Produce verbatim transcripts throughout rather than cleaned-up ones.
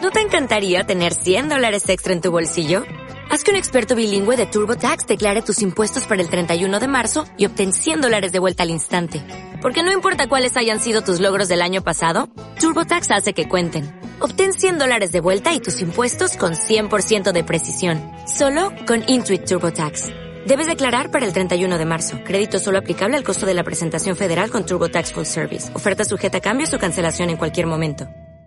¿No te encantaría tener cien dólares extra en tu bolsillo? Haz que un experto bilingüe de TurboTax declare tus impuestos para el treinta y uno de marzo y obtén cien dólares de vuelta al instante. Porque no importa cuáles hayan sido tus logros del año pasado, TurboTax hace que cuenten. Obtén cien dólares de vuelta y tus impuestos con cien por ciento de precisión. Solo con Intuit TurboTax. Debes declarar para el treinta y uno de marzo. Crédito solo aplicable al costo de la presentación federal con TurboTax Full Service. Oferta sujeta a cambios o cancelación en cualquier momento.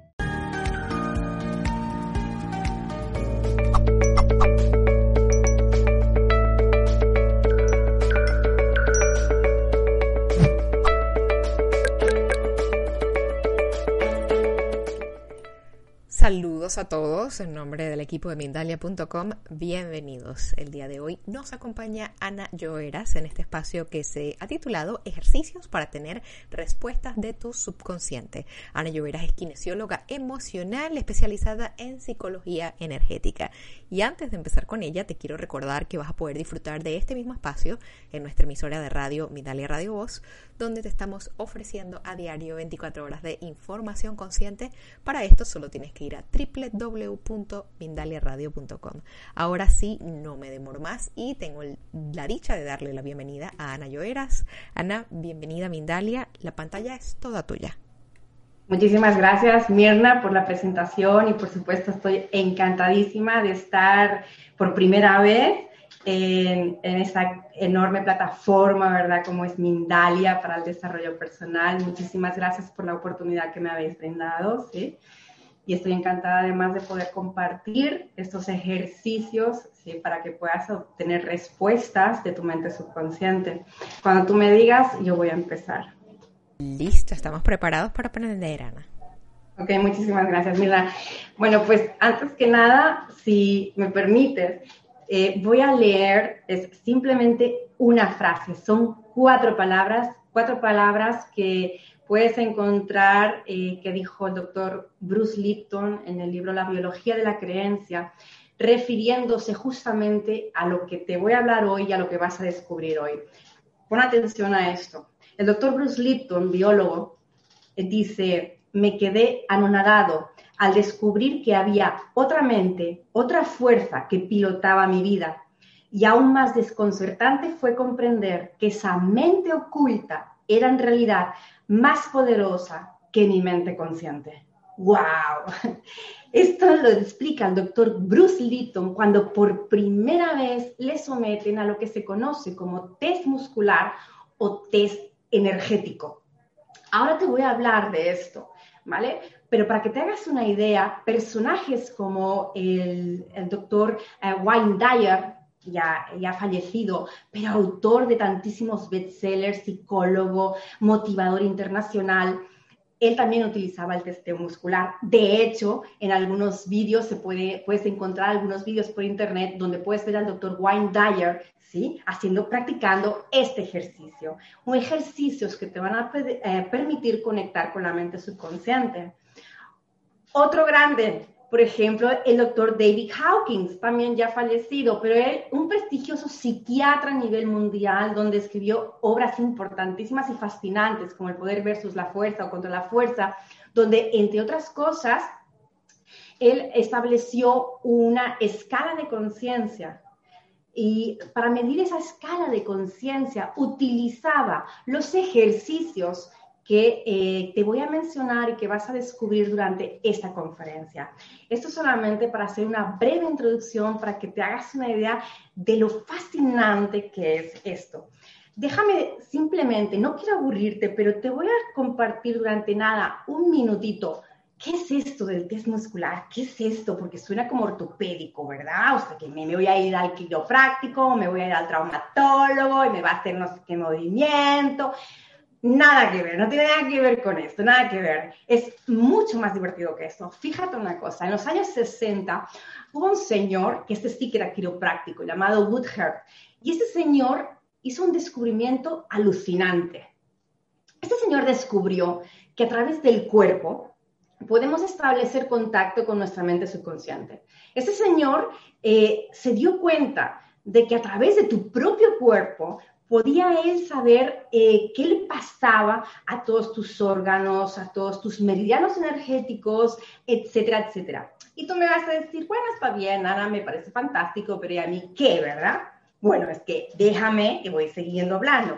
Saludos a todos en nombre del equipo de Mindalia punto com, bienvenidos. El día de hoy nos acompaña Ana Lloveras en este espacio que se ha titulado Ejercicios para tener respuestas de tu subconsciente. Ana Lloveras es kinesióloga emocional especializada en psicología energética. Y antes de empezar con ella, te quiero recordar que vas a poder disfrutar de este mismo espacio en nuestra emisora de radio Mindalia Radio Voz, donde te estamos ofreciendo a diario veinticuatro horas de información consciente. Para esto solo tienes que ir a doble u doble u doble u punto mindalia radio punto com. Ahora sí, no me demoro más y tengo la dicha de darle la bienvenida a Ana Lloveras. Ana, bienvenida a Mindalia, la pantalla es toda tuya. Muchísimas gracias, Mirna, por la presentación y por supuesto estoy encantadísima de estar por primera vez en, en esta enorme plataforma, ¿verdad? Como es Mindalia para el desarrollo personal. Muchísimas gracias por la oportunidad que me habéis brindado, ¿sí? Y estoy encantada además de poder compartir estos ejercicios, ¿sí? Para que puedas obtener respuestas de tu mente subconsciente. Cuando tú me digas, yo voy a empezar. Listo, estamos preparados para aprender, Ana. Ok, muchísimas gracias, Mirna. Bueno, pues antes que nada, si me permites, eh, voy a leer es simplemente una frase. Son cuatro palabras, cuatro palabras que puedes encontrar, eh, que dijo el doctor Bruce Lipton en el libro La biología de la creencia, refiriéndose justamente a lo que te voy a hablar hoy y a lo que vas a descubrir hoy. Pon atención a esto. El doctor Bruce Lipton, biólogo, dice: me quedé anonadado al descubrir que había otra mente, otra fuerza que pilotaba mi vida. Y aún más desconcertante fue comprender que esa mente oculta era en realidad más poderosa que mi mente consciente. ¡Wow! Esto lo explica el doctor Bruce Lipton cuando por primera vez le someten a lo que se conoce como test muscular o test energético. Ahora te voy a hablar de esto, ¿vale? Pero para que te hagas una idea, personajes como el, el doctor uh, Wayne Dyer, Ya, ya fallecido, pero autor de tantísimos bestsellers, psicólogo, motivador internacional, él también utilizaba el testeo muscular. De hecho, en algunos vídeos se puede, puedes encontrar algunos vídeos por internet donde puedes ver al doctor Wayne Dyer, ¿sí? Haciendo, practicando este ejercicio. Un ejercicio que te van a eh, permitir conectar con la mente subconsciente. Otro grande, por ejemplo, el doctor David Hawkins, también ya fallecido, pero él, un prestigioso psiquiatra a nivel mundial, donde escribió obras importantísimas y fascinantes, como El poder versus la fuerza o Contra la fuerza, donde, entre otras cosas, él estableció una escala de conciencia. Y para medir esa escala de conciencia, utilizaba los ejercicios que eh, te voy a mencionar y que vas a descubrir durante esta conferencia. Esto solamente para hacer una breve introducción, para que te hagas una idea de lo fascinante que es esto. Déjame simplemente, no quiero aburrirte, pero te voy a compartir durante nada, un minutito. ¿Qué es esto del test muscular? ¿Qué es esto? Porque suena como ortopédico, ¿verdad? O sea, que me, me voy a ir al quiropráctico, me voy a ir al traumatólogo y me va a hacer no sé qué movimiento. Nada que ver, no tiene nada que ver con esto, nada que ver. Es mucho más divertido que esto. Fíjate una cosa, en los años sesenta hubo un señor, que este sí que era quiropráctico, llamado Woodheart, y este señor hizo un descubrimiento alucinante. Este señor descubrió que a través del cuerpo podemos establecer contacto con nuestra mente subconsciente. Este señor eh, se dio cuenta de que a través de tu propio cuerpo podía él saber eh, qué le pasaba a todos tus órganos, a todos tus meridianos energéticos, etcétera, etcétera. Y tú me vas a decir, bueno, está bien, Ana, me parece fantástico, pero ¿y a mí qué, verdad? Bueno, es que déjame que voy siguiendo hablando.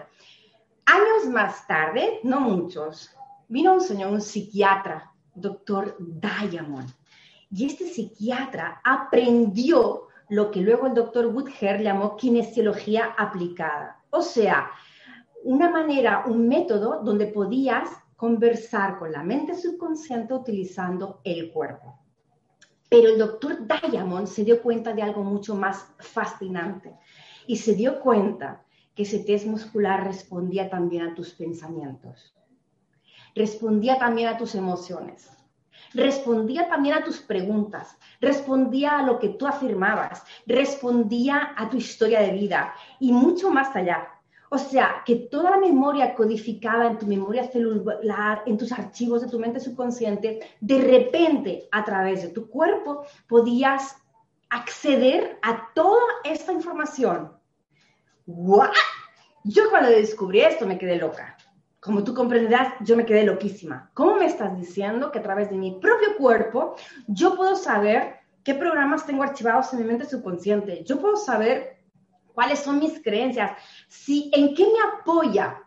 Años más tarde, no muchos, vino un señor, un psiquiatra, doctor Diamond. Y este psiquiatra aprendió lo que luego el doctor Woodhead llamó kinesiología aplicada. O sea, una manera, un método donde podías conversar con la mente subconsciente utilizando el cuerpo. Pero el doctor Diamond se dio cuenta de algo mucho más fascinante y se dio cuenta que ese test muscular respondía también a tus pensamientos, respondía también a tus emociones, respondía también a tus preguntas, respondía a lo que tú afirmabas, respondía a tu historia de vida y mucho más allá. O sea, que toda la memoria codificada en tu memoria celular, en tus archivos de tu mente subconsciente, de repente, a través de tu cuerpo, podías acceder a toda esta información. ¿What? Yo cuando descubrí esto me quedé loca. Como tú comprenderás, yo me quedé loquísima. ¿Cómo me estás diciendo que a través de mi propio cuerpo yo puedo saber qué programas tengo archivados en mi mente subconsciente? Yo puedo saber cuáles son mis creencias, si, en qué me apoya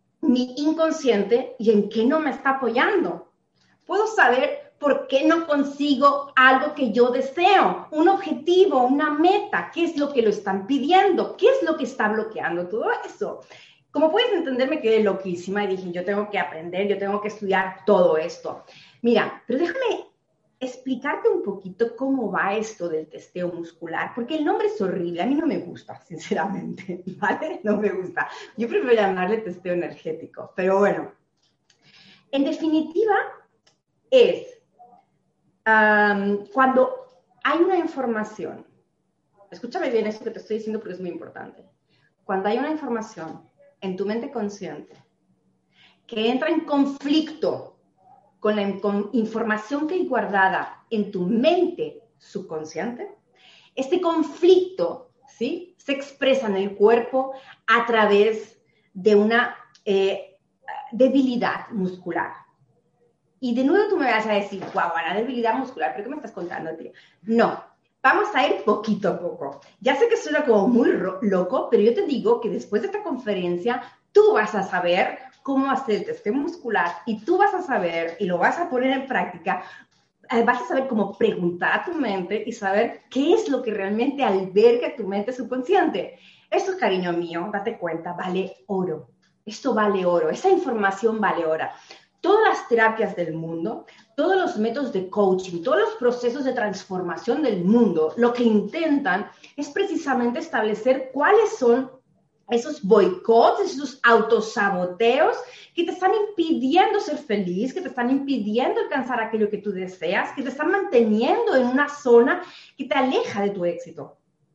mi inconsciente y en qué no me está apoyando. Puedo saber por qué no consigo algo que yo deseo, un objetivo, una meta, qué es lo que lo están pidiendo, qué es lo que está bloqueando todo eso. Como puedes entender, me quedé loquísima y dije, yo tengo que aprender, yo tengo que estudiar todo esto. Mira, pero déjame explicarte un poquito cómo va esto del testeo muscular, porque el nombre es horrible, a mí no me gusta, sinceramente, ¿vale? No me gusta. Yo prefiero llamarle testeo energético, pero bueno. En definitiva, es um, cuando hay una información, escúchame bien esto que te estoy diciendo porque es muy importante, cuando hay una información en tu mente consciente que entra en conflicto con la información que hay guardada en tu mente subconsciente, este conflicto, ¿sí?, se expresa en el cuerpo a través de una eh, debilidad muscular. Y de nuevo tú me vas a decir, guau, Ana, debilidad muscular, ¿pero qué me estás contando, tío? No, vamos a ir poquito a poco. Ya sé que suena como muy loco, pero yo te digo que después de esta conferencia, tú vas a saber cómo hacer el testeo muscular y tú vas a saber y lo vas a poner en práctica, vas a saber cómo preguntar a tu mente y saber qué es lo que realmente alberga tu mente subconsciente. Esto, cariño mío, date cuenta, vale oro. Esto vale oro, esa información vale oro. Todas las terapias del mundo, todos los métodos de coaching, todos los procesos de transformación del mundo, lo que intentan es precisamente establecer cuáles son esos boicots, esos autosaboteos que te están impidiendo ser feliz, que te están impidiendo alcanzar aquello que tú deseas, que te están manteniendo en una zona que te aleja de tu éxito.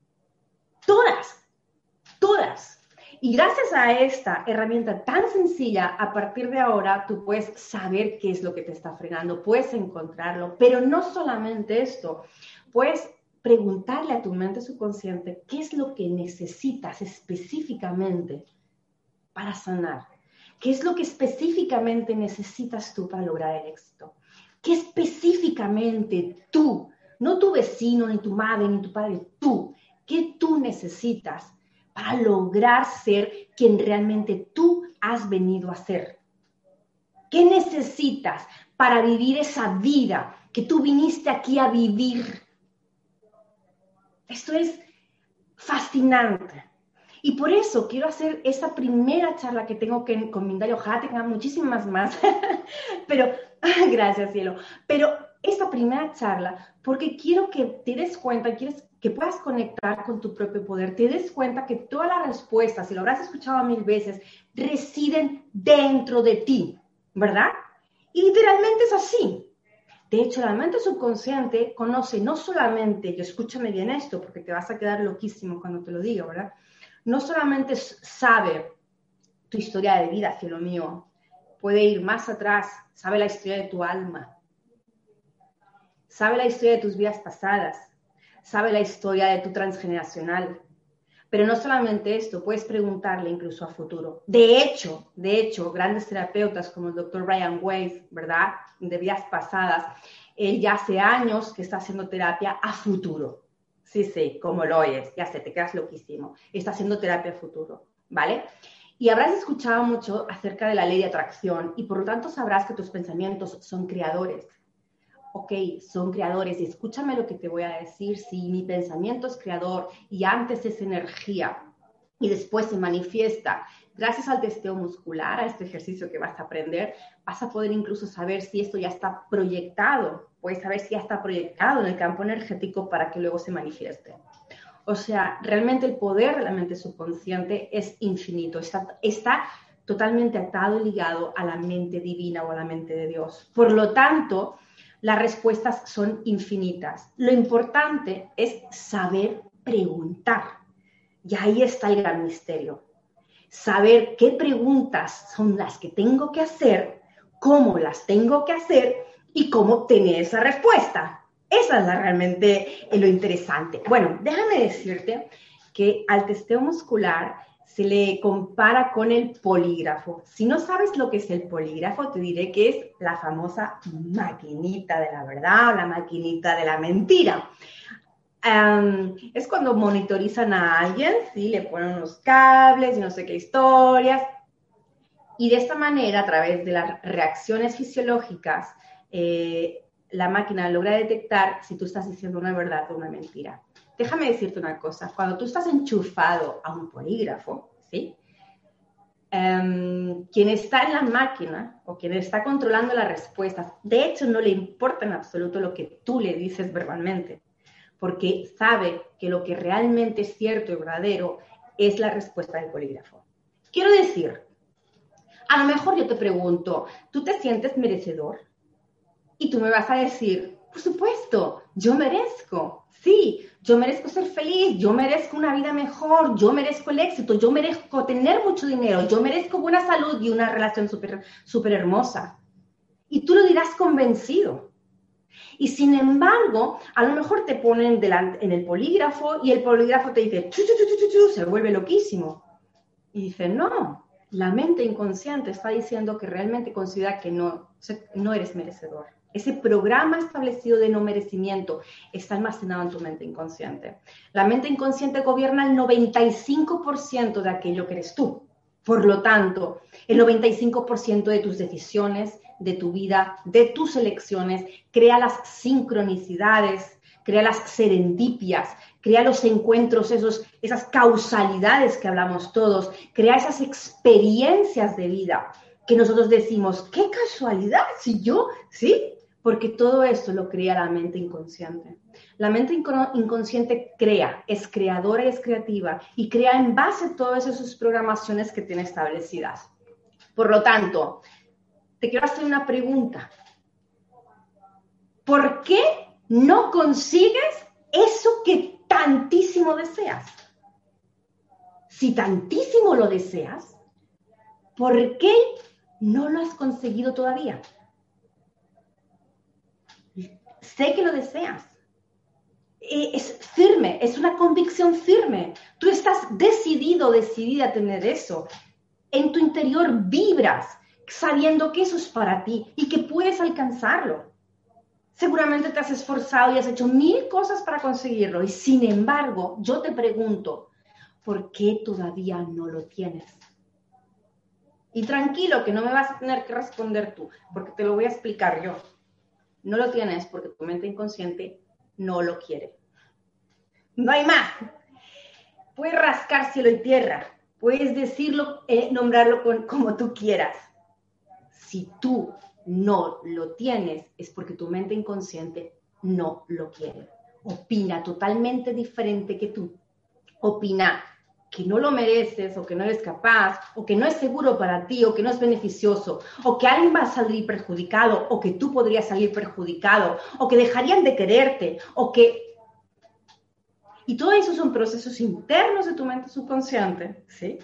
Todas, todas. Y gracias a esta herramienta tan sencilla, a partir de ahora tú puedes saber qué es lo que te está frenando, puedes encontrarlo, pero no solamente esto, puedes preguntarle a tu mente subconsciente qué es lo que necesitas específicamente para sanar, qué es lo que específicamente necesitas tú para lograr el éxito, qué específicamente tú, no tu vecino, ni tu madre, ni tu padre, tú, qué tú necesitas para lograr ser quien realmente tú has venido a ser. ¿Qué necesitas para vivir esa vida que tú viniste aquí a vivir? Esto es fascinante. Y por eso quiero hacer esa primera charla que tengo que, con Mindalia. Ojalá tenga muchísimas más. Pero, gracias, cielo. Pero esta primera charla, porque quiero que te des cuenta, quieres que puedas conectar con tu propio poder, te des cuenta que todas las respuestas, y lo habrás escuchado mil veces, residen dentro de ti, ¿verdad? Y literalmente es así. De hecho, la mente subconsciente conoce no solamente, y escúchame bien esto, porque te vas a quedar loquísimo cuando te lo digo, ¿verdad? No solamente sabe tu historia de vida, cielo mío, puede ir más atrás, sabe la historia de tu alma, sabe la historia de tus vidas pasadas, sabe la historia de tu transgeneracional, Pero no solamente esto, puedes preguntarle incluso a futuro. De hecho, de hecho, grandes terapeutas como el doctor Brian Weiss, ¿verdad? De vidas pasadas, él ya hace años que está haciendo terapia a futuro. Sí, sí, como lo oyes, ya sé, te quedas loquísimo. Está haciendo terapia a futuro, ¿vale? Y habrás escuchado mucho acerca de la ley de atracción y por lo tanto sabrás que tus pensamientos son creadores. Ok, son creadores y escúchame lo que te voy a decir. Si mi pensamiento es creador y antes es energía y después se manifiesta, gracias al testeo muscular, a este ejercicio que vas a aprender, vas a poder incluso saber si esto ya está proyectado, puedes saber si ya está proyectado en el campo energético para que luego se manifieste. O sea, realmente el poder de la mente subconsciente es infinito, está, está totalmente atado y ligado a la mente divina o a la mente de Dios. Por lo tanto, las respuestas son infinitas. Lo importante es saber preguntar. Y ahí está el gran misterio. Saber qué preguntas son las que tengo que hacer, cómo las tengo que hacer y cómo obtener esa respuesta. Esa es la, realmente lo interesante. Bueno, déjame decirte que al testeo muscular se le compara con el polígrafo. Si no sabes lo que es el polígrafo, te diré que es la famosa maquinita de la verdad o la maquinita de la mentira. Um, es cuando monitorizan a alguien, ¿sí? Le ponen unos cables y no sé qué historias. Y de esta manera, a través de las reacciones fisiológicas, eh, la máquina logra detectar si tú estás diciendo una verdad o una mentira. Déjame decirte una cosa, cuando tú estás enchufado a un polígrafo, ¿sí? Um, quien está en la máquina o quien está controlando las respuestas, de hecho no le importa en absoluto lo que tú le dices verbalmente, porque sabe que lo que realmente es cierto y verdadero es la respuesta del polígrafo. Quiero decir, a lo mejor yo te pregunto, ¿tú te sientes merecedor? Y tú me vas a decir, por supuesto, yo merezco, sí, yo merezco ser feliz, yo merezco una vida mejor, yo merezco el éxito, yo merezco tener mucho dinero, yo merezco buena salud y una relación súper súper hermosa. Y tú lo dirás convencido. Y sin embargo, a lo mejor te ponen delante, en el polígrafo y el polígrafo te dice, chu, chu, chu, chu, chu, se vuelve loquísimo. Y dice, no, la mente inconsciente está diciendo que realmente considera que no, no eres merecedor. Ese programa establecido de no merecimiento está almacenado en tu mente inconsciente. La mente inconsciente gobierna el noventa y cinco por ciento de aquello que eres tú. Por lo tanto, el noventa y cinco por ciento de tus decisiones, de tu vida, de tus elecciones, crea las sincronicidades, crea las serendipias, crea los encuentros, esos, esas causalidades que hablamos todos, crea esas experiencias de vida que nosotros decimos, ¡qué casualidad! Si yo, ¿sí? Porque todo esto lo crea la mente inconsciente. La mente inconsciente crea, es creadora y es creativa y crea en base a todas esas programaciones que tiene establecidas. Por lo tanto, te quiero hacer una pregunta. ¿Por qué no consigues eso que tantísimo deseas? Si tantísimo lo deseas, ¿por qué no lo has conseguido todavía? Sé que lo deseas. Es firme, es una convicción firme. Tú estás decidido, decidida a tener eso. En tu interior vibras sabiendo que eso es para ti y que puedes alcanzarlo. Seguramente te has esforzado y has hecho mil cosas para conseguirlo y sin embargo, yo te pregunto, ¿por qué todavía no lo tienes? Y tranquilo, que no me vas a tener que responder tú, porque te lo voy a explicar yo. No lo tienes porque tu mente inconsciente no lo quiere. No hay más. Puedes rascar cielo y tierra. Puedes decirlo, eh, nombrarlo con, como tú quieras. Si tú no lo tienes, es porque tu mente inconsciente no lo quiere. Opina totalmente diferente que tú. Opina que no lo mereces, o que no eres capaz, o que no es seguro para ti, o que no es beneficioso, o que alguien va a salir perjudicado, o que tú podrías salir perjudicado, o que dejarían de quererte, o que... Y todo eso son procesos internos de tu mente subconsciente, ¿sí?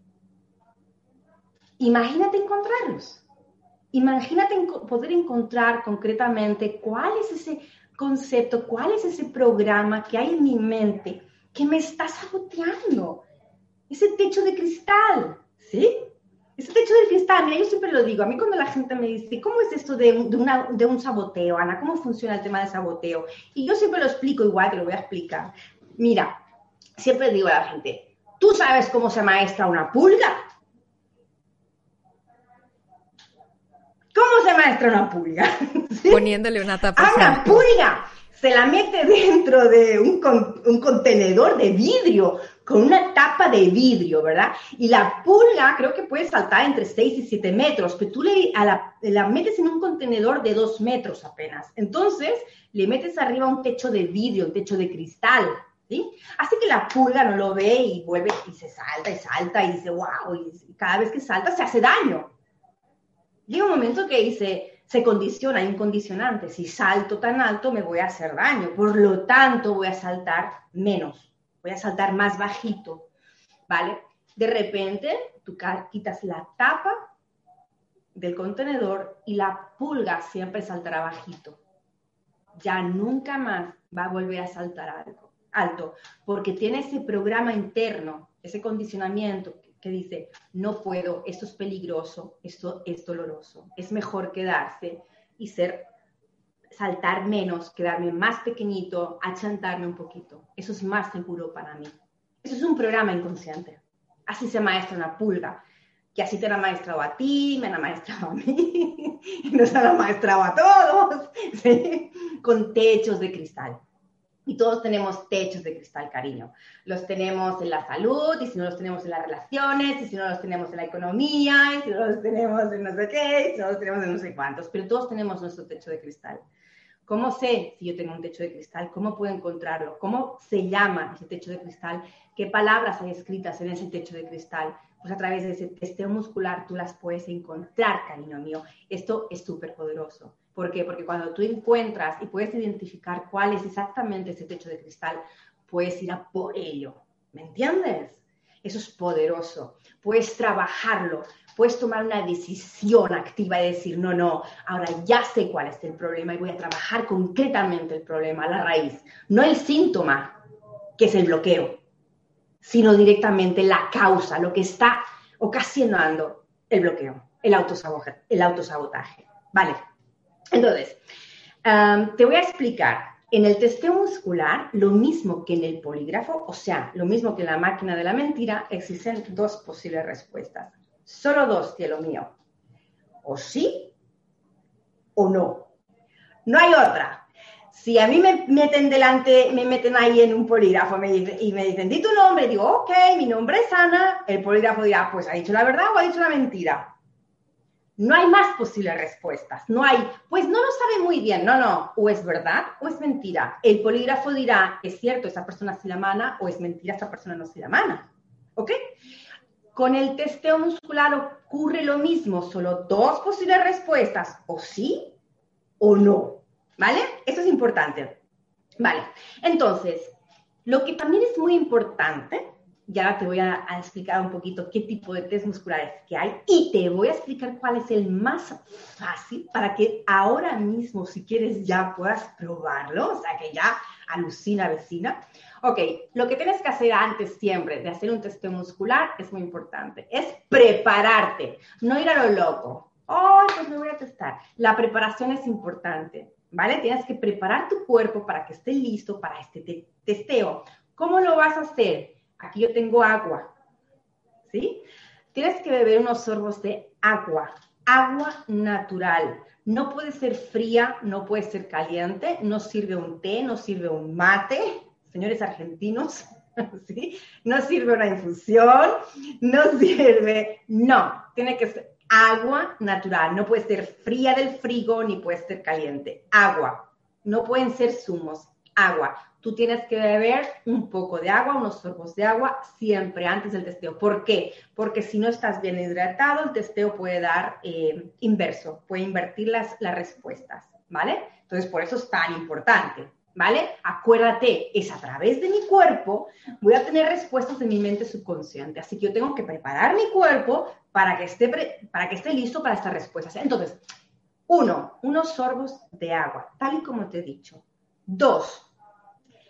Imagínate encontrarlos. Imagínate poder encontrar concretamente cuál es ese concepto, cuál es ese programa que hay en mi mente que me está saboteando. Ese techo de cristal, ¿sí? Ese techo de cristal, mira, yo siempre lo digo, a mí cuando la gente me dice, ¿cómo es esto de, de, una, de un saboteo, Ana? ¿Cómo funciona el tema del saboteo? Y yo siempre lo explico igual, te lo voy a explicar. Mira, siempre digo a la gente, ¿tú sabes cómo se maestra una pulga? ¿Cómo se maestra una pulga? ¿Sí? Poniéndole una tapa. ¡A una pulga! Se la mete dentro de un, con, un contenedor de vidrio, con una tapa de vidrio, ¿verdad? Y la pulga creo que puede saltar entre seis y siete metros, pero tú le, a la, la metes en un contenedor de dos metros apenas. Entonces, le metes arriba un techo de vidrio, un techo de cristal, ¿sí? Así que la pulga no lo ve y vuelve y se salta y salta y dice, wow, y cada vez que salta se hace daño. Llega un momento que dice... se condiciona, hay un condicionante. Si salto tan alto, me voy a hacer daño. Por lo tanto, voy a saltar menos. Voy a saltar más bajito, ¿vale? De repente, tú quitas la tapa del contenedor y la pulga siempre saltará bajito. Ya nunca más va a volver a saltar algo, alto, porque tiene ese programa interno, ese condicionamiento que dice, no puedo, esto es peligroso, esto es doloroso, es mejor quedarse y ser, saltar menos, quedarme más pequeñito, achantarme un poquito. Eso es más seguro para mí. Eso es un programa inconsciente. Así se maestra una pulga, que así te la han maestrado a ti, me la han maestrado a mí, y nos han maestrado a todos, ¿sí? Con techos de cristal. Y todos tenemos techos de cristal, cariño. Los tenemos en la salud, y si no los tenemos en las relaciones, y si no los tenemos en la economía, y si no los tenemos en no sé qué, y si no los tenemos en no sé cuántos. Pero todos tenemos nuestro techo de cristal. ¿Cómo sé si yo tengo un techo de cristal? ¿Cómo puedo encontrarlo? ¿Cómo se llama ese techo de cristal? ¿Qué palabras hay escritas en ese techo de cristal? Pues a través de ese testeo muscular tú las puedes encontrar, cariño mío. Esto es súper poderoso. ¿Por qué? Porque cuando tú encuentras y puedes identificar cuál es exactamente ese techo de cristal, puedes ir a por ello. ¿Me entiendes? Eso es poderoso. Puedes trabajarlo. Puedes tomar una decisión activa y decir, no, no, ahora ya sé cuál es el problema y voy a trabajar concretamente el problema, la raíz. No el síntoma, que es el bloqueo, sino directamente la causa, lo que está ocasionando el bloqueo, el autosabotaje. El autosabotaje. Vale. Entonces, um, te voy a explicar. En el testeo muscular, lo mismo que en el polígrafo, o sea, lo mismo que en la máquina de la mentira, existen dos posibles respuestas. Solo dos, cielo mío. O sí o no. No hay otra. Si a mí me meten delante, me meten ahí en un polígrafo me dice, y me dicen, di tu nombre, digo, ok, mi nombre es Ana, el polígrafo dirá, pues ha dicho la verdad o ha dicho la mentira. No hay más posibles respuestas. No hay, pues no lo sabe muy bien. No, no. O es verdad o es mentira. El polígrafo dirá, es cierto, esa persona sí la mana, o es mentira, esa persona no sí la mana. ¿Ok? Con el testeo muscular ocurre lo mismo. Solo dos posibles respuestas. O sí o no. ¿Vale? Eso es importante. Vale. Entonces, lo que también es muy importante... Y ahora te voy a, a explicar un poquito qué tipo de test musculares que hay y te voy a explicar cuál es el más fácil para que ahora mismo, si quieres, ya puedas probarlo. O sea, que ya alucina, vecina. Ok, lo que tienes que hacer antes siempre de hacer un testeo muscular es muy importante. Es prepararte, no ir a lo loco. Oh, pues me voy a testar. La preparación es importante, ¿vale? Tienes que preparar tu cuerpo para que esté listo para este te- testeo. ¿Cómo lo vas a hacer? Aquí yo tengo agua, ¿sí? Tienes que beber unos sorbos de agua, agua natural. No puede ser fría, no puede ser caliente, no sirve un té, no sirve un mate, señores argentinos, ¿sí? No sirve una infusión, no sirve, no, tiene que ser agua natural. No puede ser fría del frigo ni puede ser caliente, agua. No pueden ser zumos, agua. Tú tienes que beber un poco de agua, unos sorbos de agua, siempre antes del testeo. ¿Por qué? Porque si no estás bien hidratado, el testeo puede dar eh, inverso, puede invertir las, las respuestas, ¿vale? Entonces, por eso es tan importante, ¿vale? Acuérdate, es a través de mi cuerpo, voy a tener respuestas de mi mente subconsciente. Así que yo tengo que preparar mi cuerpo para que esté, pre- para que esté listo para estas respuestas. Entonces, uno, unos sorbos de agua, tal y como te he dicho. Dos,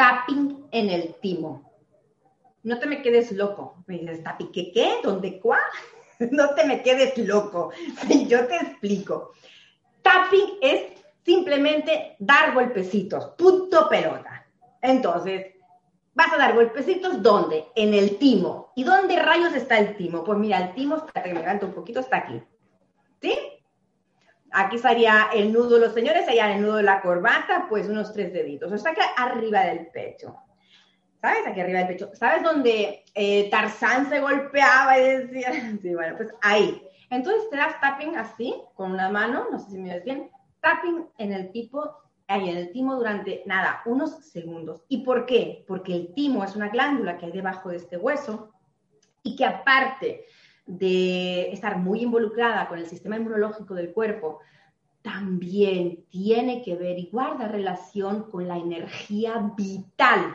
tapping en el timo. No te me quedes loco. Me dices, ¿tapping qué qué? ¿Dónde cuá? No te me quedes loco. Yo te explico. Tapping es simplemente dar golpecitos, punto pelota. Entonces, vas a dar golpecitos, ¿dónde? En el timo. ¿Y dónde rayos está el timo? Pues mira, el timo, espérate que me levanto un poquito, está aquí. ¿Sí? Aquí estaría el nudo, los señores, allá el nudo de la corbata, pues unos tres deditos. O sea, que arriba del pecho. ¿Sabes? Aquí arriba del pecho. ¿Sabes dónde eh, Tarzán se golpeaba y decía? Sí, bueno, pues ahí. Entonces te das tapping así, con una mano, no sé si me ves bien, tapping en el tipo, ahí en el timo durante, nada, unos segundos. ¿Y por qué? Porque el timo es una glándula que hay debajo de este hueso y que aparte de estar muy involucrada con el sistema inmunológico del cuerpo, también tiene que ver y guarda relación con la energía vital.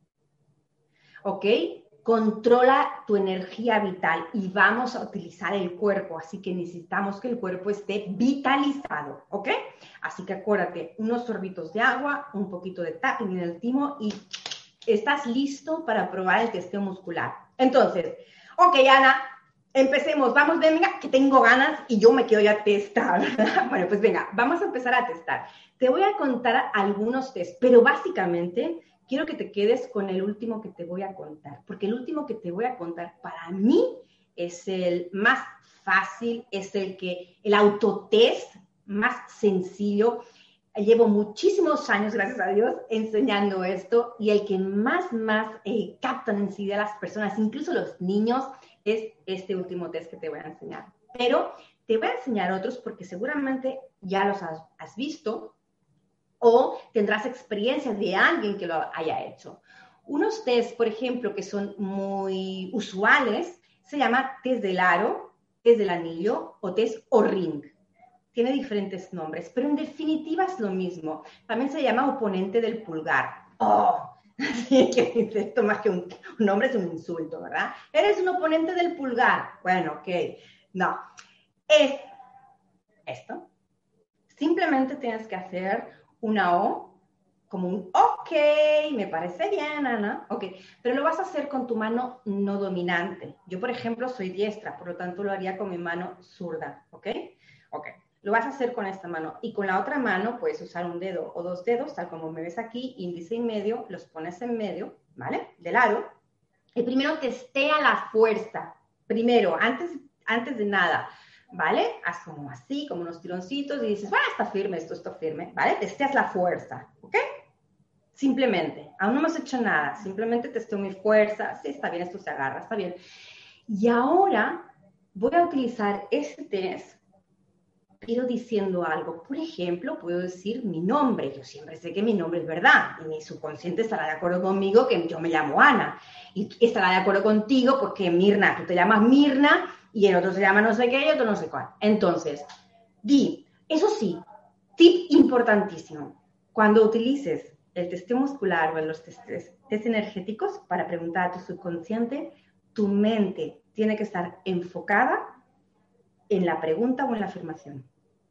¿Ok? Controla tu energía vital y vamos a utilizar el cuerpo, así que necesitamos que el cuerpo esté vitalizado, ¿ok? Así que acuérdate, unos sorbitos de agua, un poquito de tapping en el timo y estás listo para probar el testeo muscular. Entonces, ok, Ana, empecemos, vamos, venga, que tengo ganas y yo me quiero ya testar, ¿verdad? Bueno, pues venga, vamos a empezar a testar. Te voy a contar algunos test, pero básicamente quiero que te quedes con el último que te voy a contar, porque el último que te voy a contar para mí es el más fácil, es el que, el autotest más sencillo. Llevo muchísimos años, gracias a Dios, enseñando esto y el que más, más eh, captan enseguida a las personas, incluso los niños, es este último test que te voy a enseñar. Pero te voy a enseñar otros porque seguramente ya los has, has visto, o tendrás experiencias de alguien que lo haya hecho. Unos test, por ejemplo, que son muy usuales, se llama test del aro, test del anillo o test O-ring. Tiene diferentes nombres, pero en definitiva es lo mismo. También se llama oponente del pulgar. ¡Oh! Así que esto más que un, un nombre es un insulto, ¿verdad? ¿Eres un oponente del pulgar? Bueno, ok. No. Es esto. Simplemente tienes que hacer una O, como un ok, me parece bien, Ana, ok, pero lo vas a hacer con tu mano no dominante. Yo, por ejemplo, soy diestra, por lo tanto lo haría con mi mano zurda, ok, ok. Lo vas a hacer con esta mano y con la otra mano puedes usar un dedo o dos dedos, tal como me ves aquí, índice y medio, los pones en medio, ¿vale? De lado. Y primero testea la fuerza, primero, antes, antes de nada. ¿Vale? Haz como así, como unos tironcitos y dices, bueno, está firme, esto está firme, ¿vale? Testeas la fuerza, ¿ok? Simplemente, aún no hemos hecho nada, simplemente testeo mi fuerza, sí, está bien, esto se agarra, está bien. Y ahora voy a utilizar este test, pero diciendo algo. Por ejemplo, puedo decir mi nombre, yo siempre sé que mi nombre es verdad, y mi subconsciente estará de acuerdo conmigo que yo me llamo Ana, y estará de acuerdo contigo porque Mirna, tú te llamas Mirna, y el otro se llama no sé qué y otro no sé cuál. Entonces, di, eso sí, tip importantísimo, cuando utilices el testeo muscular o los test, test energéticos para preguntar a tu subconsciente, tu mente tiene que estar enfocada en la pregunta o en la afirmación.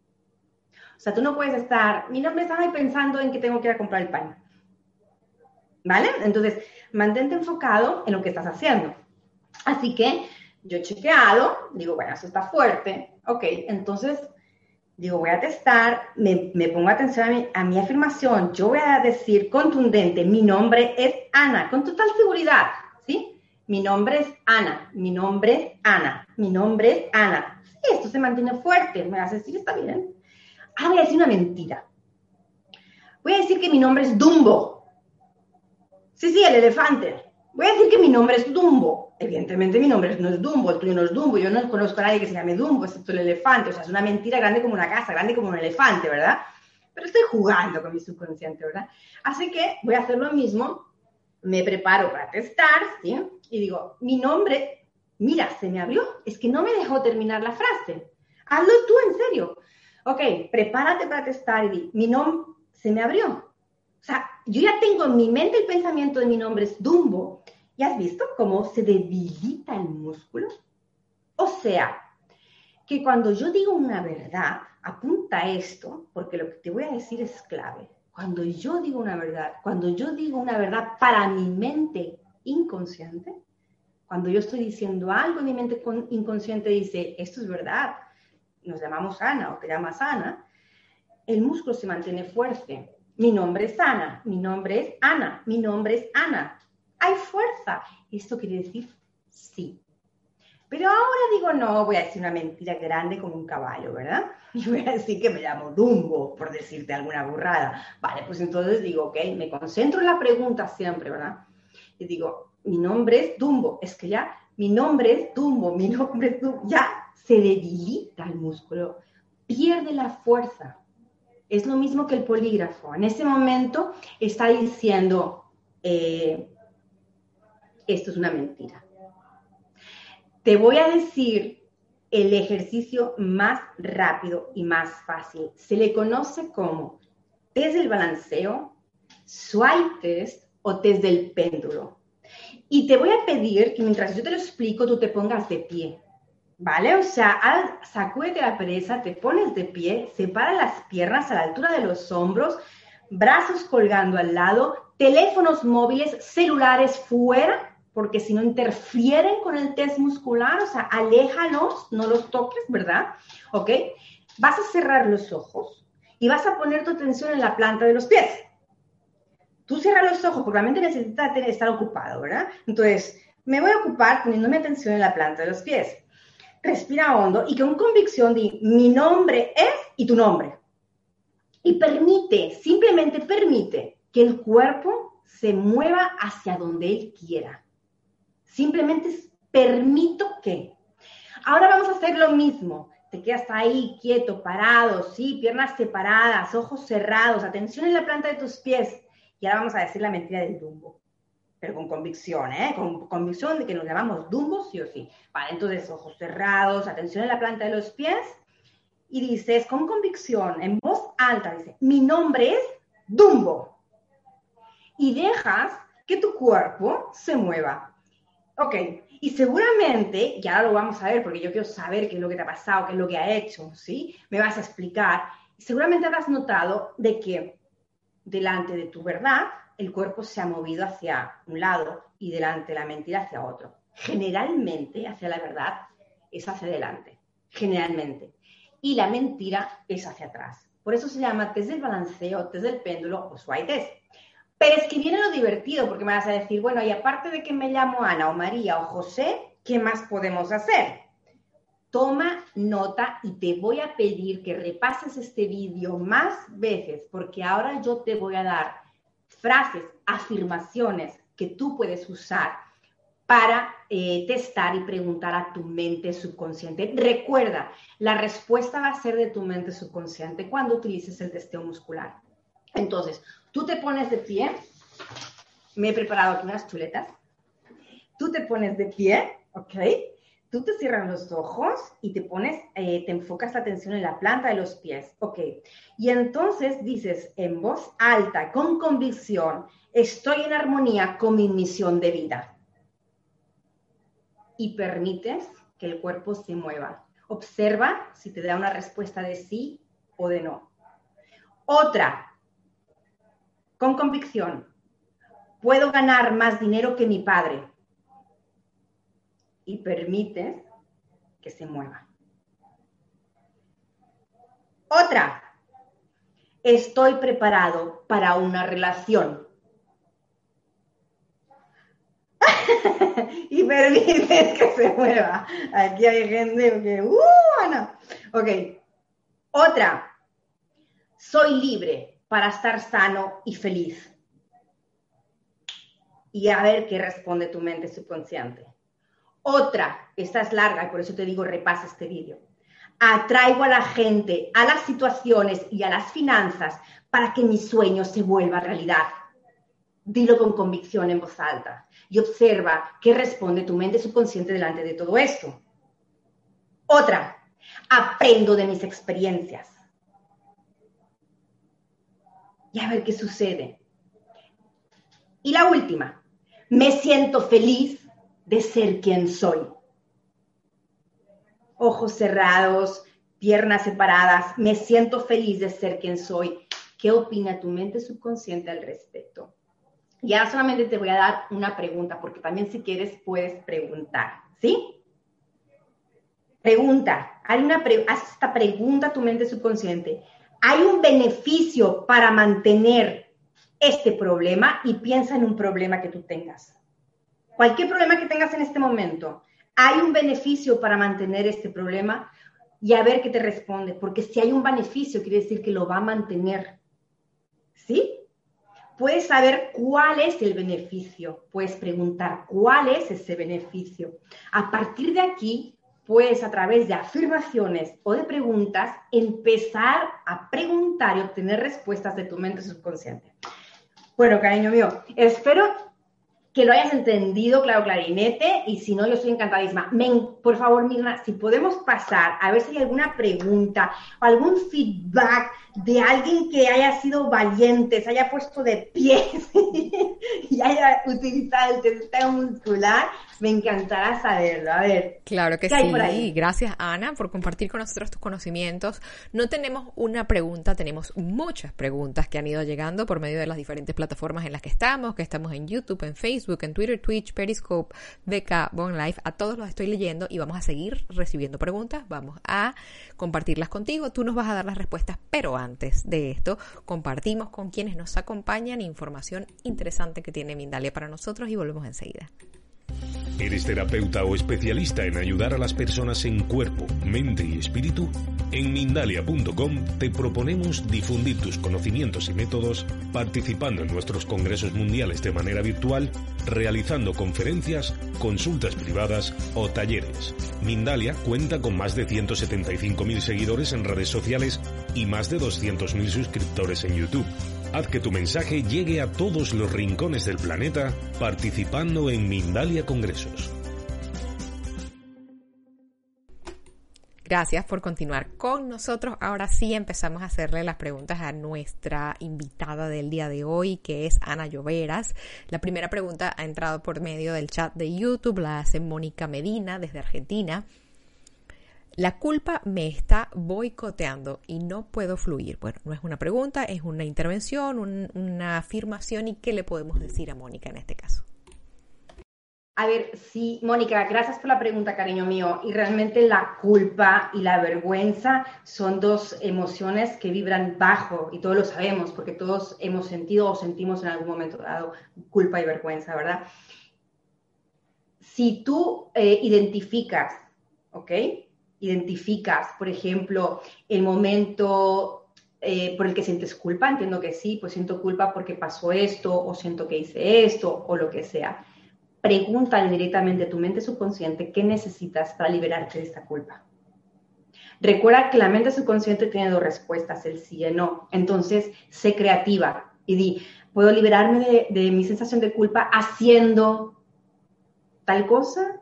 O sea, tú no puedes estar, mi nombre está ahí pensando en que tengo que ir a comprar el pan. ¿Vale? Entonces, mantente enfocado en lo que estás haciendo. Así que, yo he chequeado, digo, bueno, eso está fuerte, ok, entonces, digo, voy a testar, me, me pongo atención a mi, a mi afirmación, yo voy a decir contundente, mi nombre es Ana, con total seguridad, ¿sí? Mi nombre es Ana, mi nombre es Ana, mi nombre es Ana. Sí, esto se mantiene fuerte, me vas a decir, está bien. Ah, voy a decir una mentira. Voy a decir que mi nombre es Dumbo. Sí, sí, el elefante. Voy a decir que mi nombre es Dumbo. Evidentemente mi nombre no es Dumbo, el tuyo no es Dumbo, yo no conozco a nadie que se llame Dumbo, excepto el elefante, o sea, es una mentira grande como una casa, grande como un elefante, ¿verdad? Pero estoy jugando con mi subconsciente, ¿verdad? Así que voy a hacer lo mismo, me preparo para testar, ¿sí? Y digo, mi nombre, mira, se me abrió, es que no me dejó terminar la frase, hazlo tú en serio. Ok, prepárate para testar y di, mi nombre se me abrió. O sea, yo ya tengo en mi mente el pensamiento de mi nombre es Dumbo. ¿Y has visto cómo se debilita el músculo? O sea, que cuando yo digo una verdad, apunta esto, porque lo que te voy a decir es clave. Cuando yo digo una verdad, cuando yo digo una verdad para mi mente inconsciente, cuando yo estoy diciendo algo, mi mente inconsciente dice, esto es verdad, nos llamamos Ana o te llamas Ana, el músculo se mantiene fuerte. Mi nombre es Ana, mi nombre es Ana, mi nombre es Ana. Hay fuerza. Esto quiere decir sí. Pero ahora digo, no, voy a decir una mentira grande como un caballo, ¿verdad? Y voy a decir que me llamo Dumbo, por decirte alguna burrada. Vale, pues entonces digo, ok, me concentro en la pregunta siempre, ¿verdad? Y digo, mi nombre es Dumbo. Es que ya, mi nombre es Dumbo, mi nombre es Dumbo. Ya se debilita el músculo, pierde la fuerza. Es lo mismo que el polígrafo. En ese momento está diciendo, eh, esto es una mentira. Te voy a decir el ejercicio más rápido y más fácil. Se le conoce como test del balanceo, swipe test o test del péndulo. Y te voy a pedir que mientras yo te lo explico, tú te pongas de pie. ¿Vale? O sea, sacúdete la pereza, te pones de pie, separa las piernas a la altura de los hombros, brazos colgando al lado, teléfonos móviles, celulares fuera, porque si no interfieren con el test muscular, o sea, aléjalos, no los toques, ¿verdad? ¿Ok? Vas a cerrar los ojos y vas a poner tu atención en la planta de los pies. Tú cierras los ojos porque la mente necesita estar ocupado, ¿verdad? Entonces, me voy a ocupar poniéndome atención en la planta de los pies. Respira hondo y con convicción di, mi nombre es y tu nombre. Y permite, simplemente permite que el cuerpo se mueva hacia donde él quiera. Simplemente permito que. Ahora vamos a hacer lo mismo. Te quedas ahí quieto, parado, sí, piernas separadas, ojos cerrados, atención en la planta de tus pies. Y ahora vamos a decir la mentira del Dumbo. Pero con convicción, ¿eh? Con convicción de que nos llamamos Dumbo sí o sí. Vale, entonces ojos cerrados, atención en la planta de los pies. Y dices con convicción, en voz alta, dice, mi nombre es Dumbo. Y dejas que tu cuerpo se mueva. Ok, y seguramente, y ahora lo vamos a ver porque yo quiero saber qué es lo que te ha pasado, qué es lo que ha hecho, ¿sí? Me vas a explicar. Seguramente habrás notado de que delante de tu verdad, el cuerpo se ha movido hacia un lado y delante de la mentira hacia otro. Generalmente, hacia la verdad es hacia adelante, generalmente. Y la mentira es hacia atrás. Por eso se llama test del balanceo, test del péndulo o swipe test. Pero es que viene lo divertido, porque me vas a decir, bueno, y aparte de que me llamo Ana o María o José, ¿qué más podemos hacer? Toma nota y te voy a pedir que repases este vídeo más veces, porque ahora yo te voy a dar frases, afirmaciones que tú puedes usar para eh, testar y preguntar a tu mente subconsciente. Recuerda, la respuesta va a ser de tu mente subconsciente cuando utilices el testeo muscular. Entonces, tú te pones de pie. Me he preparado aquí unas chuletas. Tú te pones de pie, ¿ok? Tú te cierras los ojos y te pones, eh, te enfocas la atención en la planta de los pies, ¿ok? Y entonces dices en voz alta, con convicción, estoy en armonía con mi misión de vida. Y permites que el cuerpo se mueva. Observa si te da una respuesta de sí o de no. Otra, con convicción, puedo ganar más dinero que mi padre. Y permites que se mueva. Otra, estoy preparado para una relación. Y permites que se mueva. Aquí hay gente que, ¡uh! No. Ok. Otra, soy libre para estar sano y feliz. Y a ver qué responde tu mente subconsciente. Otra, esta es larga y por eso te digo repasa este vídeo. Atraigo a la gente, a las situaciones y a las finanzas para que mi sueño se vuelva realidad. Dilo con convicción en voz alta y observa qué responde tu mente subconsciente delante de todo esto. Otra, aprendo de mis experiencias. Y a ver qué sucede. Y la última, me siento feliz de ser quien soy. Ojos cerrados, piernas separadas, me siento feliz de ser quien soy. ¿Qué opina tu mente subconsciente al respecto? Ya solamente te voy a dar una pregunta, porque también si quieres puedes preguntar, ¿sí? Pregunta, hay una pre- haz esta pregunta a tu mente subconsciente. ¿Hay un beneficio para mantener este problema? Y piensa en un problema que tú tengas. Cualquier problema que tengas en este momento, ¿hay un beneficio para mantener este problema? Y a ver qué te responde, porque si hay un beneficio, quiere decir que lo va a mantener, ¿sí? Puedes saber cuál es el beneficio, puedes preguntar cuál es ese beneficio. A partir de aquí, puedes a través de afirmaciones o de preguntas empezar a preguntar y obtener respuestas de tu mente subconsciente. Bueno, cariño mío, espero que lo hayas entendido, claro, clarinete, y si no, yo estoy encantadísima. Men, por favor, Mirna, si podemos pasar a ver si hay alguna pregunta o algún feedback de alguien que haya sido valiente, se haya puesto de pie y haya utilizado el testeo muscular, me encantará saberlo. A ver. Claro que ¿qué hay sí. por ahí? Gracias, Ana, por compartir con nosotros tus conocimientos. No tenemos una pregunta, tenemos muchas preguntas que han ido llegando por medio de las diferentes plataformas en las que estamos, que estamos en YouTube, en Facebook, en Twitter, Twitch, Periscope, B K, Bon Life. A todos los estoy leyendo y vamos a seguir recibiendo preguntas. Vamos a compartirlas contigo. Tú nos vas a dar las respuestas, pero antes de esto, compartimos con quienes nos acompañan información interesante que tiene Mindalia para nosotros y volvemos enseguida. ¿Eres terapeuta o especialista en ayudar a las personas en cuerpo, mente y espíritu? En Mindalia punto com te proponemos difundir tus conocimientos y métodos participando en nuestros congresos mundiales de manera virtual, realizando conferencias, consultas privadas o talleres. Mindalia cuenta con más de ciento setenta y cinco mil seguidores en redes sociales y más de doscientos mil suscriptores en YouTube. Haz que tu mensaje llegue a todos los rincones del planeta participando en Mindalia Congresos. Gracias por continuar con nosotros. Ahora sí empezamos a hacerle las preguntas a nuestra invitada del día de hoy, que es Ana Lloveras. La primera pregunta ha entrado por medio del chat de YouTube, la hace Mónica Medina desde Argentina. La culpa me está boicoteando y no puedo fluir. Bueno, no es una pregunta, es una intervención, un, una afirmación. ¿Y qué le podemos decir a Mónica en este caso? A ver, sí, Mónica, gracias por la pregunta, cariño mío. Y realmente la culpa y la vergüenza son dos emociones que vibran bajo, y todos lo sabemos, porque todos hemos sentido o sentimos en algún momento dado culpa y vergüenza, ¿verdad? Si tú eh, identificas, ¿ok? Identificas, por ejemplo, el momento eh, por el que sientes culpa, entiendo que sí, pues siento culpa porque pasó esto, o siento que hice esto, o lo que sea. Pregúntale directamente a tu mente subconsciente qué necesitas para liberarte de esta culpa. Recuerda que la mente subconsciente tiene dos respuestas, el sí y el no. Entonces, sé creativa y di, ¿puedo liberarme de, de mi sensación de culpa haciendo tal cosa?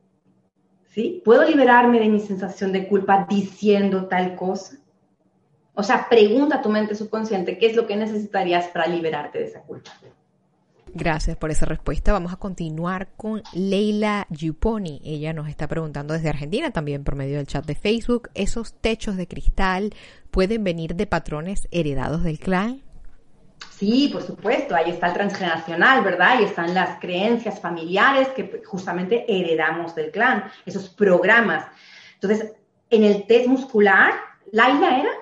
¿Sí? ¿Puedo liberarme de mi sensación de culpa diciendo tal cosa? O sea, pregunta a tu mente subconsciente qué es lo que necesitarías para liberarte de esa culpa. Gracias por esa respuesta. Vamos a continuar con Leila Yuponi. Ella nos está preguntando desde Argentina, también por medio del chat de Facebook. ¿Esos techos de cristal pueden venir de patrones heredados del clan? Sí, por supuesto. Ahí está el transgeneracional, ¿verdad? Ahí están las creencias familiares que justamente heredamos del clan, esos programas. Entonces, en el test muscular, ¿Laila era?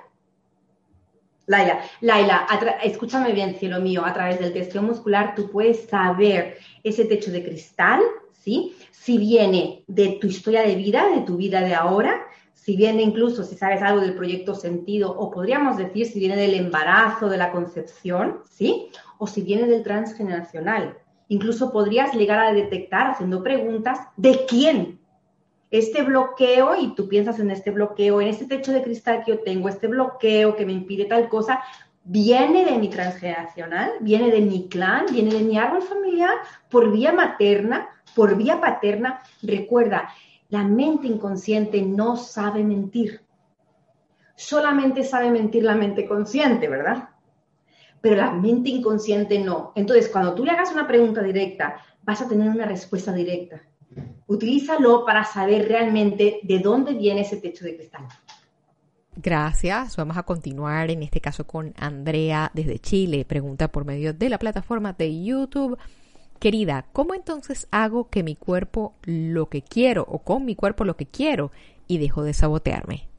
Laila, Laila, escúchame bien, cielo mío, a través del testeo muscular tú puedes saber ese techo de cristal, ¿sí? Si viene de tu historia de vida, de tu vida de ahora, si viene incluso, si sabes algo del proyecto sentido, o podríamos decir si viene del embarazo, de la concepción, ¿sí? O si viene del transgeneracional. Incluso podrías llegar a detectar, haciendo preguntas, ¿de quién? Este bloqueo, y tú piensas en este bloqueo, en este techo de cristal que yo tengo, este bloqueo que me impide tal cosa, viene de mi transgeneracional, viene de mi clan, viene de mi árbol familiar, por vía materna, por vía paterna. Recuerda, la mente inconsciente no sabe mentir. Solamente sabe mentir la mente consciente, ¿verdad? Pero la mente inconsciente no. Entonces, cuando tú le hagas una pregunta directa, vas a tener una respuesta directa. Utilízalo para saber realmente de dónde viene ese techo de cristal. Gracias. Vamos a continuar en este caso con Andrea desde Chile. Pregunta por medio de la plataforma de YouTube. Querida, ¿cómo entonces hago que mi cuerpo lo que quiero o con mi cuerpo lo que quiero y dejo de sabotearme?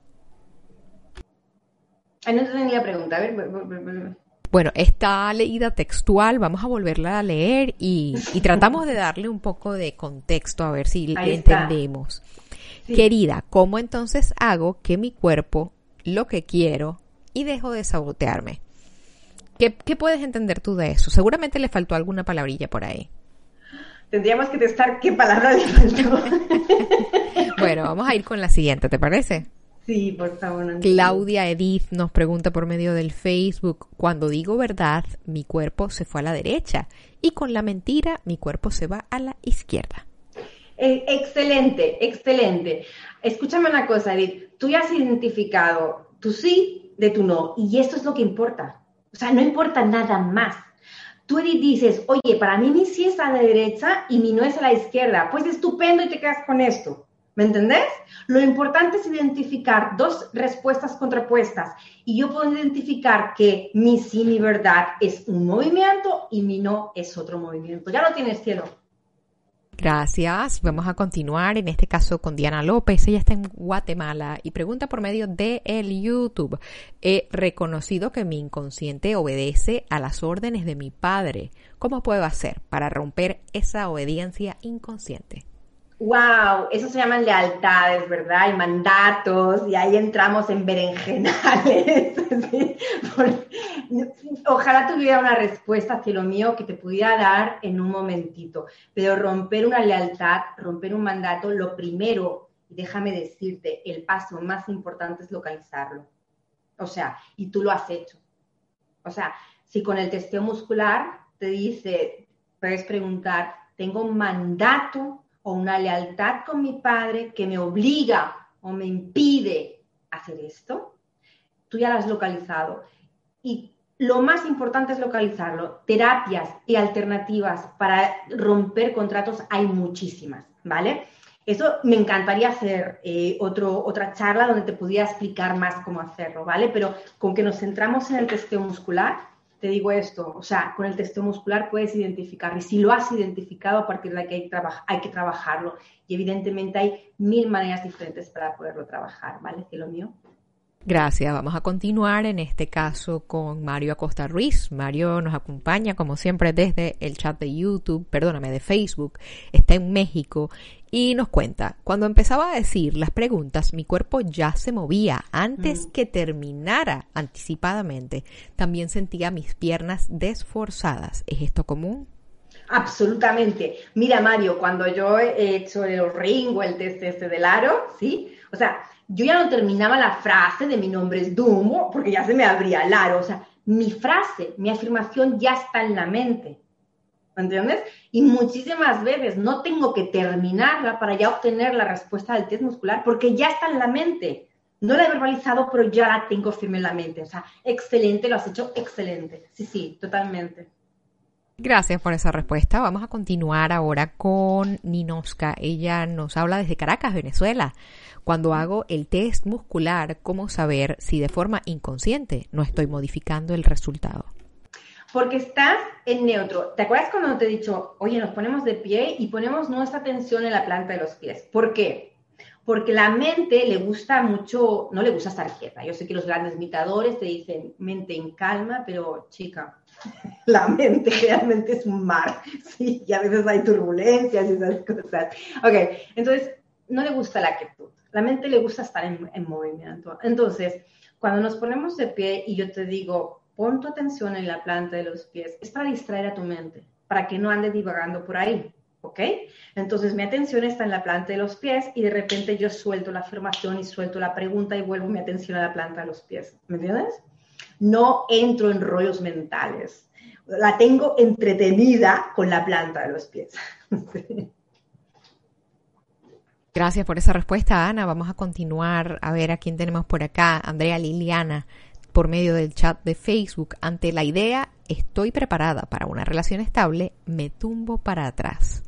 Ay, no entendí la pregunta. A ver. Bueno, está leída textual. Vamos a volverla a leer y, y tratamos de darle un poco de contexto a ver si Ahí entendemos. Sí. Querida, ¿cómo entonces hago que mi cuerpo lo que quiero y dejo de sabotearme? ¿Qué, ¿Qué puedes entender tú de eso? Seguramente le faltó alguna palabrilla por ahí. Tendríamos que testar qué palabra le faltó. Bueno, vamos a ir con la siguiente, ¿te parece? Sí, por favor. No Claudia Edith nos pregunta por medio del Facebook: cuando digo verdad, mi cuerpo se fue a la derecha y con la mentira, mi cuerpo se va a la izquierda. Eh, excelente, excelente. Escúchame una cosa, Edith. Tú ya has identificado tu sí de tu no y esto es lo que importa. O sea, no importa nada más. Tú, Edith, dices, oye, para mí mi sí es a la derecha y mi no es a la izquierda. Pues estupendo y te quedas con esto. ¿Me entendés? Lo importante es identificar dos respuestas contrapuestas y yo puedo identificar que mi sí, mi verdad es un movimiento y mi no es otro movimiento. Ya lo tienes, cielo. Gracias. Vamos a continuar en este caso con Diana López. Ella está en Guatemala y pregunta por medio de el YouTube: he reconocido que mi inconsciente obedece a las órdenes de mi padre. ¿Cómo puedo hacer para romper esa obediencia inconsciente? Wow, eso se llaman lealtades, ¿verdad? Y mandatos, y ahí entramos en berenjenales. ¿Sí? Por, ojalá tuviera una respuesta hacia lo mío que te pudiera dar en un momentito, pero romper una lealtad, romper un mandato, lo primero, y déjame decirte, el paso más importante es localizarlo. O sea, y tú lo has hecho. O sea, si con el testeo muscular te dice, puedes preguntar, ¿tengo un mandato o una lealtad con mi padre que me obliga o me impide hacer esto? Tú ya lo has localizado. Y lo más importante es localizarlo. Terapias y alternativas para romper contratos hay muchísimas, ¿vale? Eso me encantaría hacer eh, otro, otra charla donde te pudiera explicar más cómo hacerlo, ¿vale? Pero con que nos centramos en el testeo muscular, te digo esto, o sea, con el testeo muscular puedes identificar, y si lo has identificado, a partir de aquí hay, traba- hay que trabajarlo, y evidentemente hay mil maneras diferentes para poderlo trabajar, ¿vale? Cielo mío. Gracias. Vamos a continuar en este caso con Mario Acosta Ruiz. Mario nos acompaña como siempre desde el chat de YouTube, perdóname, de Facebook. Está en México y nos cuenta: cuando empezaba a decir las preguntas, mi cuerpo ya se movía antes mm. que terminara anticipadamente. También sentía mis piernas desforzadas. ¿Es esto común? Absolutamente. Mira, Mario, cuando yo he hecho el ring o el test este del aro, ¿sí? O sea, yo ya no terminaba la frase de mi nombre es Dumbo porque ya se me abría el aro. O sea, mi frase, mi afirmación ya está en la mente. ¿Entiendes? Y muchísimas veces no tengo que terminarla para ya obtener la respuesta del test muscular porque ya está en la mente. No la he verbalizado, pero ya la tengo firme en la mente. O sea, excelente, lo has hecho excelente. Sí, sí, totalmente. Gracias por esa respuesta. Vamos a continuar ahora con Ninoska. Ella nos habla desde Caracas, Venezuela. Cuando hago el test muscular, ¿cómo saber si de forma inconsciente no estoy modificando el resultado? Porque estás en neutro. ¿Te acuerdas cuando te he dicho, oye, nos ponemos de pie y ponemos nuestra atención en la planta de los pies? ¿Por qué? Porque la mente le gusta mucho, no le gusta estar quieta. Yo sé que los grandes imitadores te dicen mente en calma, pero chica, la mente realmente es un mar, sí, y a veces hay turbulencias y esas cosas. Ok, entonces no le gusta la quietud. La mente le gusta estar en, en movimiento. Entonces, cuando nos ponemos de pie y yo te digo, pon tu atención en la planta de los pies, es para distraer a tu mente, para que no ande divagando por ahí. ¿Ok? Entonces mi atención está en la planta de los pies y de repente yo suelto la afirmación y suelto la pregunta y vuelvo mi atención a la planta de los pies. ¿Me entiendes? No entro en rollos mentales. La tengo entretenida con la planta de los pies. Sí. Gracias por esa respuesta, Ana. Vamos a continuar a ver a quién tenemos por acá. Andrea Liliana, por medio del chat de Facebook. Ante la idea, estoy preparada para una relación estable, me tumbo para atrás.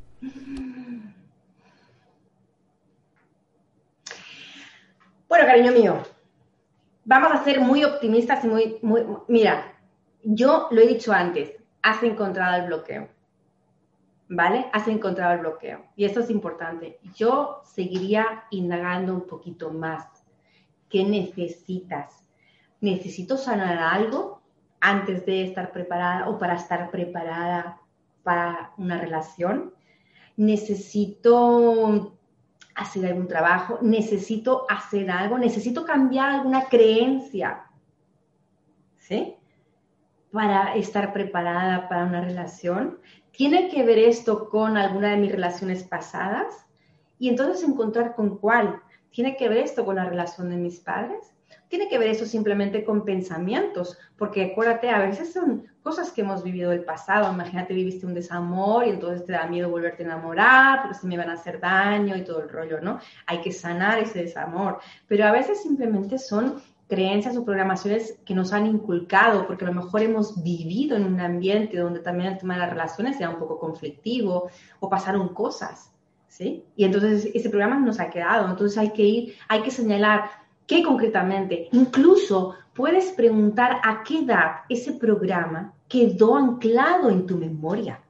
Bueno, cariño mío, vamos a ser muy optimistas y muy, muy... Mira, yo lo he dicho antes, has encontrado el bloqueo, ¿vale? Has encontrado el bloqueo. Y esto es importante. Yo seguiría indagando un poquito más. ¿Qué necesitas? ¿Necesito sanar algo antes de estar preparada o para estar preparada para una relación? ¿Necesito hacer algún trabajo? ¿Necesito hacer algo? ¿Necesito cambiar alguna creencia? ¿Sí? Para estar preparada para una relación. ¿Tiene que ver esto con alguna de mis relaciones pasadas? Y entonces encontrar con cuál. ¿Tiene que ver esto con la relación de mis padres? ¿Tiene que ver esto simplemente con pensamientos? Porque acuérdate, a veces son cosas que hemos vivido del pasado. Imagínate, viviste un desamor y entonces te da miedo volverte a enamorar porque se me van a hacer daño y todo el rollo, ¿no? Hay que sanar ese desamor. Pero a veces simplemente son creencias o programaciones que nos han inculcado porque a lo mejor hemos vivido en un ambiente donde también el tema de las relaciones era un poco conflictivo o pasaron cosas, ¿sí? Y entonces ese programa nos ha quedado. Entonces hay que ir, hay que señalar qué concretamente. Incluso puedes preguntar a qué edad ese programa quedó anclado en tu memoria.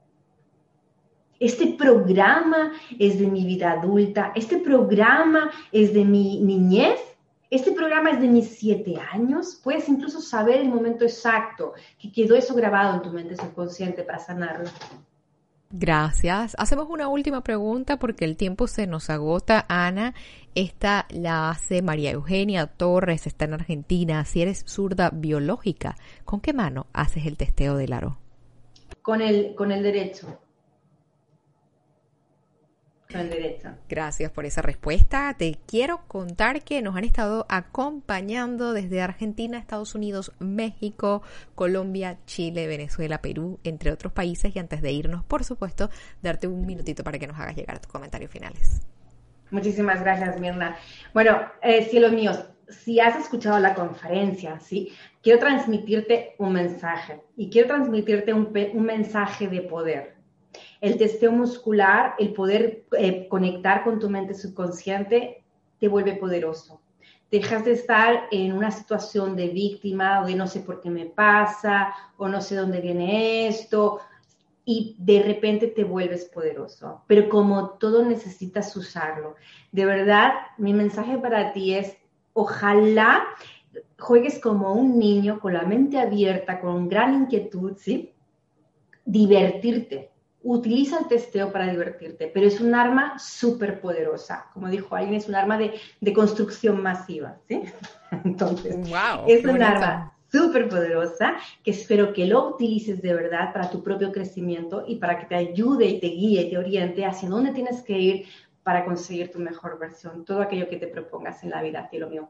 Este programa es de mi vida adulta, este programa es de mi niñez, este programa es de mis siete años. Puedes incluso saber el momento exacto que quedó eso grabado en tu mente subconsciente para sanarlo. Gracias. Hacemos una última pregunta porque el tiempo se nos agota, Ana. Esta la hace María Eugenia Torres, está en Argentina. Si eres zurda biológica, ¿con qué mano haces el testeo del aro? Con el, con el derecho. Con el derecho. Gracias por esa respuesta. Te quiero contar que nos han estado acompañando desde Argentina, Estados Unidos, México, Colombia, Chile, Venezuela, Perú, entre otros países. Y antes de irnos, por supuesto, darte un minutito para que nos hagas llegar tus comentarios finales. Muchísimas gracias, Mirna. Bueno, eh, cielos míos, si has escuchado la conferencia, ¿sí? Quiero transmitirte un mensaje y quiero transmitirte un, un mensaje de poder. El testeo muscular, el poder eh, conectar con tu mente subconsciente, te vuelve poderoso. Dejas de estar en una situación de víctima o de no sé por qué me pasa o no sé dónde viene esto y de repente te vuelves poderoso. Pero como todo necesitas usarlo. De verdad, mi mensaje para ti es, ojalá juegues como un niño con la mente abierta, con gran inquietud, ¿sí? Divertirte. Utiliza el testeo para divertirte, pero es un arma súper poderosa. Como dijo alguien, es un arma de, de construcción masiva, ¿sí? Entonces, wow, es un arma súper poderosa que espero que lo utilices de verdad para tu propio crecimiento y para que te ayude y te guíe y te oriente hacia dónde tienes que ir para conseguir tu mejor versión. Todo aquello que te propongas en la vida, cielo mío.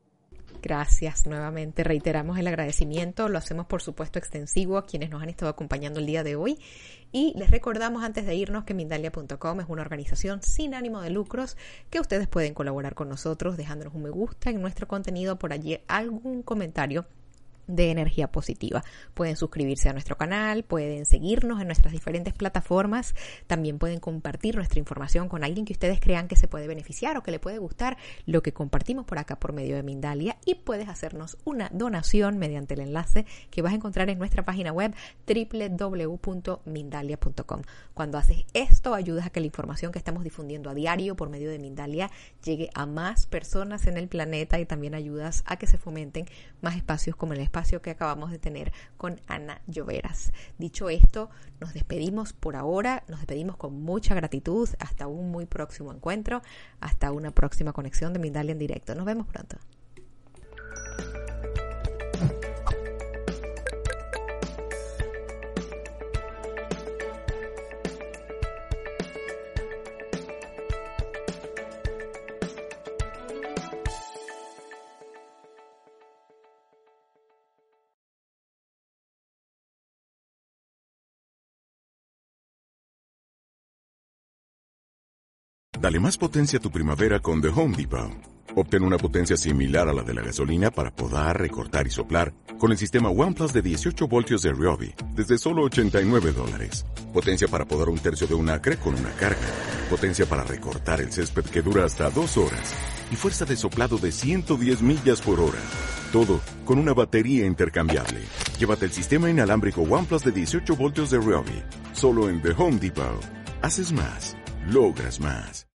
Gracias nuevamente, reiteramos el agradecimiento, lo hacemos por supuesto extensivo a quienes nos han estado acompañando el día de hoy y les recordamos antes de irnos que Mindalia punto com es una organización sin ánimo de lucros que ustedes pueden colaborar con nosotros dejándonos un me gusta en nuestro contenido, por allí algún comentario de energía positiva. Pueden suscribirse a nuestro canal, pueden seguirnos en nuestras diferentes plataformas, también pueden compartir nuestra información con alguien que ustedes crean que se puede beneficiar o que le puede gustar lo que compartimos por acá por medio de Mindalia y puedes hacernos una donación mediante el enlace que vas a encontrar en nuestra página web doble u doble u doble u punto mindalia punto com. Cuando haces esto, ayudas a que la información que estamos difundiendo a diario por medio de Mindalia llegue a más personas en el planeta y también ayudas a que se fomenten más espacios como el espacio que acabamos de tener con Ana Lloveras. Dicho esto, nos despedimos por ahora, nos despedimos con mucha gratitud, hasta un muy próximo encuentro, hasta una próxima conexión de Mindalia en directo. Nos vemos pronto. Dale más potencia a tu primavera con The Home Depot. Obtén una potencia similar a la de la gasolina para podar, recortar y soplar con el sistema OnePlus de dieciocho voltios de Ryobi desde solo ochenta y nueve dólares. Potencia para podar un tercio de un acre con una carga. potencia para recortar el césped que dura hasta dos horas y fuerza de soplado de ciento diez millas por hora. Todo con una batería intercambiable. Llévate el sistema inalámbrico OnePlus de dieciocho voltios de Ryobi. Solo en The Home Depot. Haces más, logras más.